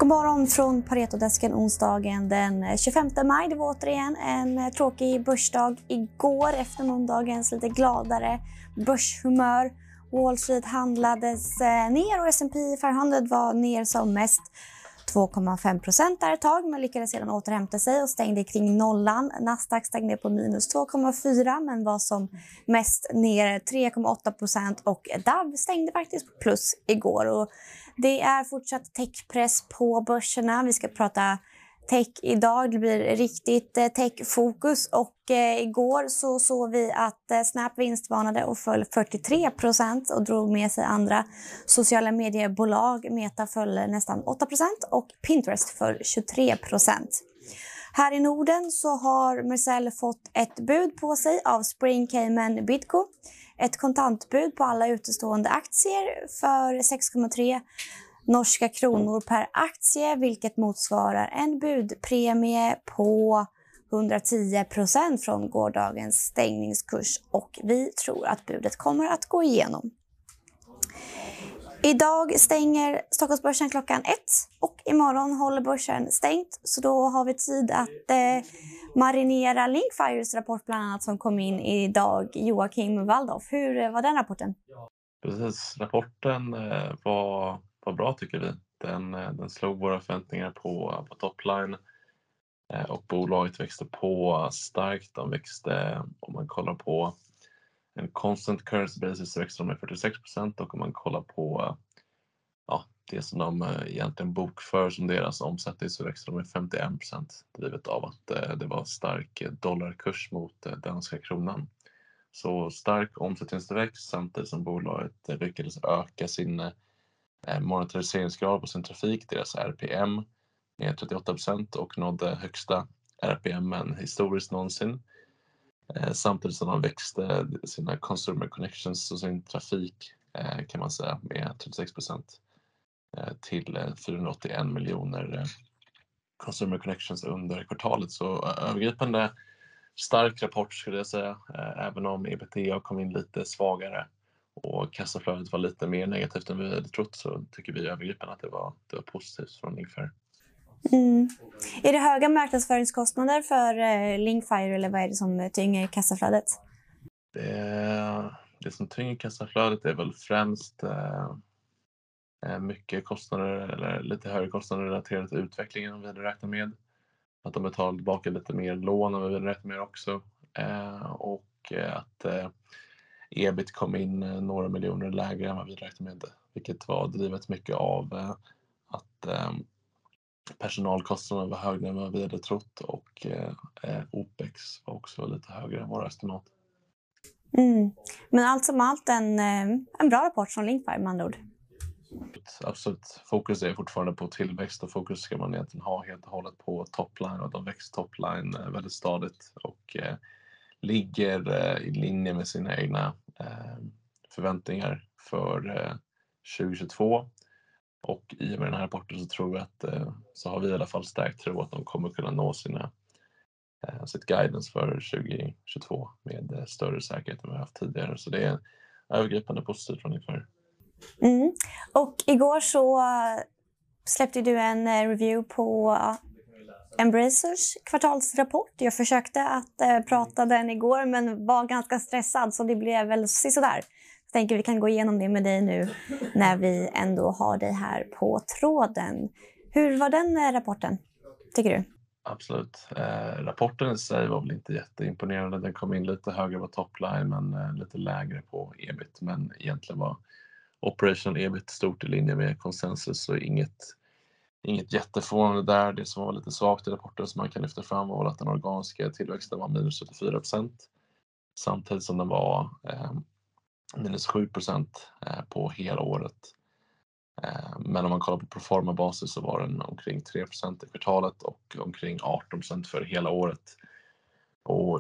God morgon från Paretodesken onsdagen den 25 maj. Det var återigen en tråkig börsdag igår efter måndagens lite gladare börshumör. Wall Street handlades ner och S&P 500 var ner som mest 2,5% där ett tag, men lyckades sedan återhämta sig och stängde kring nollan. Nasdaq stängde på minus 2,4 men var som mest ner 3,8% och Dow stängde faktiskt på plus igår. Och det är fortsatt techpress på börserna. Vi ska prata tech idag. Det blir riktigt techfokus och igår så såg vi att Snap vinstvarnade och föll 43% och drog med sig andra sociala mediebolag. Meta föll nästan 8% och Pinterest föll 23%. Här i Norden så har Mercell fått ett bud på sig av Spring Cayman Bidco. Ett kontantbud på alla utestående aktier för 6,3 norska kronor per aktie, vilket motsvarar en budpremie på 110% från gårdagens stängningskurs, och vi tror att budet kommer att gå igenom. Idag stänger Stockholmsbörsen klockan 1 och imorgon håller börsen stängt, så då har vi tid att marinera Linkfires rapport bland annat som kom in idag. Joakim Walldorf, hur var den rapporten? Precis, rapporten var bra tycker vi. Den slog våra förväntningar på topline och bolaget växte på starkt. De växte, om man kollar på en constant currency basis så växte de med 46%, och om man kollar på det som de egentligen bokför som deras omsättning så växte de med 51%, drivet av att det var stark dollarkurs mot danska kronan. Så stark omsättningstillväxt samtidigt som bolaget lyckades öka sin monetariseringsgrad på sin trafik, deras RPM, med 38% och nådde högsta RPMen historiskt någonsin. Samtidigt som de växte sina consumer connections och sin trafik kan man säga med 36% till 481 miljoner consumer connections under kvartalet. Så övergripande stark rapport skulle jag säga, även om EBITDA kom in lite svagare och kassaflödet var lite mer negativt än vi hade trott, så tycker vi övergripande att det var positivt från Linkfire. Är det höga marknadsföringskostnader för Linkfire eller vad är det som tynger kassaflödet? Det som tynger kassaflödet är väl främst mycket kostnader eller lite högre kostnader relaterat till utvecklingen än vi hade räknat med. Att de betalar tillbaka lite mer lån än vi hade räknat med också. Och att EBIT kom in några miljoner lägre än vad vi räknade med. Vilket var drivet mycket av att personalkostnaderna var högre än vad vi hade trott. Och OPEX var också lite högre än våra estimat. Men allt som allt en bra rapport från Linkfire med andra ord. Absolut. Fokus är fortfarande på tillväxt, och fokus ska man egentligen ha helt och hållet på topline, och de växer topline väldigt stadigt och ligger i linje med sina egna förväntningar för 2022. Och i och med den här rapporten så tror vi att så har vi i alla fall starkt tro att de kommer kunna nå sitt guidance för 2022 med större säkerhet än vi har haft tidigare. Så det är övergripande positivt från Linkfire. Och igår så släppte du en review på Embracers kvartalsrapport. Jag försökte att prata den igår men var ganska stressad, så det blev väl sådär. Jag tänker vi kan gå igenom det med dig nu när vi ändå har dig här på tråden. Hur var den rapporten, tycker du? Absolut. Rapporten i sig var väl inte jätteimponerande. Den kom in lite högre på topline men lite lägre på EBIT. Men egentligen var operational EBIT stort i linje med konsensus, så inget jätteförvånande där. Det som var lite svagt i rapporten som man kan lyfta fram var att den organiska tillväxten var minus 74%. Samtidigt som den var minus 7% på hela året. Men om man kollar på proforma basis så var den omkring 3% i kvartalet och omkring 18% för hela året. Och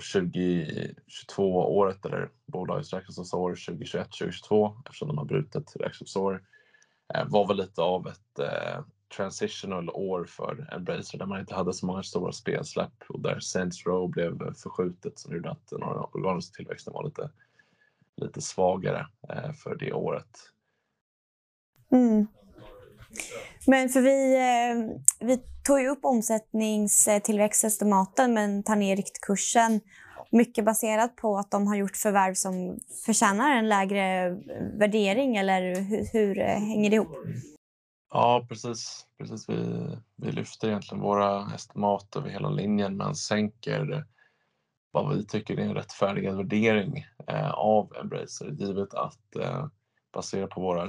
2022-året, eller bolagets räkenskapsår 2021-2022, eftersom de har brutit räkenskapsår, var väl lite av ett transitional år för Embracer där man inte hade så många stora spelsläpp och där Saints Row blev förskjutet, som gjorde att den organiska tillväxten var lite svagare för det året. Men för vi tog ju upp omsättningstillväxtestimaten men tar ner riktkursen. Mycket baserat på att de har gjort förvärv som förtjänar en lägre värdering, eller hur hänger det ihop? Ja, precis. Vi lyfter egentligen våra estimat över hela linjen men sänker vad vi tycker är en rättfärdigad värdering av Embracer, givet att baserat på våra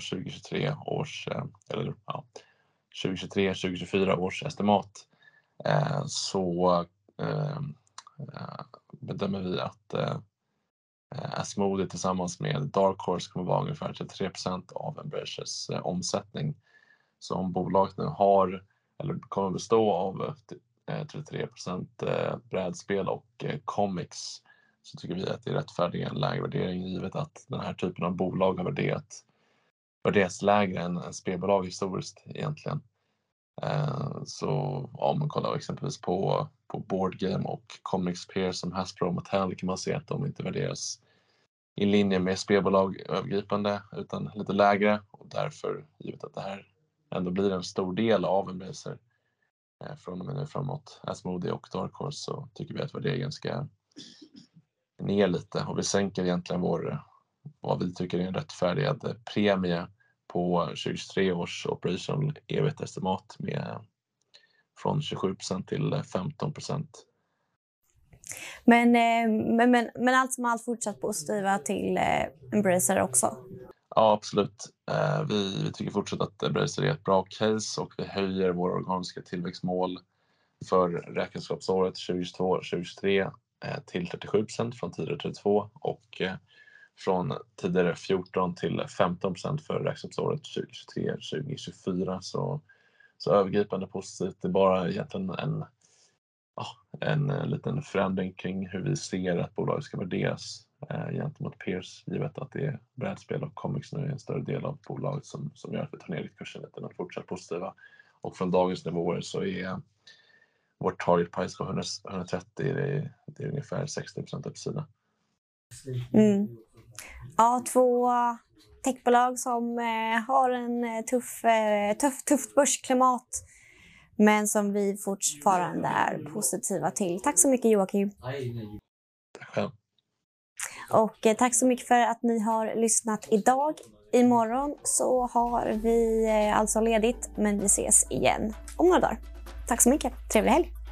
2023-2024 års estimat så bedömer vi att Asmodee tillsammans med Dark Horse kommer vara ungefär 33% av Embracers omsättning. Så om bolaget nu har, eller kommer bestå av 33% brädspel och comics, så tycker vi att det är rättfärdigt en lägre värdering, givet att den här typen av bolag har värderats lägre än spelbolag historiskt egentligen. Så om man kollar exempelvis på Board Game och Comics Peers som Hasbro och Mattel, kan man se att de inte värderas i linje med spelbolag övergripande utan lite lägre, och därför, givet att det här ändå blir en stor del av Embracer från och med nu framåt, Asmodee och Dark Horse, så tycker vi att värderingen ska ner lite, och vi sänker egentligen vad vi tycker är en rättfärdigad premie på 2023 års operational EBIT-estimat från 27% till 15%. Men allt som allt fortsatt positiva till Embracer också? Ja, absolut. Vi tycker fortsatt att Embracer är ett bra case, och vi höjer våra organiska tillväxtmål för räkenskapsåret 2022-2023 till 37% från tidigare 32%, och från tidigare 14% till 15% för räkenskapsåret 2023-2024. Så övergripande positivt. Det är bara egentligen en liten förändring kring hur vi ser att bolaget ska värderas gentemot peers, givet att det är brädspel och comics nu är en större del av bolaget som gör att vi tar ner riktkursen lite, men fortsatt positiva. Och från dagens nivåer så är vårt target price på 130, det är ungefär 60% uppsida. Ja, 2 techbolag som har en tufft börsklimat, men som vi fortfarande är positiva till. Tack så mycket, Joakim. Tack själv. Och tack så mycket för att ni har lyssnat idag. Imorgon så har vi alltså ledigt, men vi ses igen om några dagar. Tack så mycket. Trevlig helg.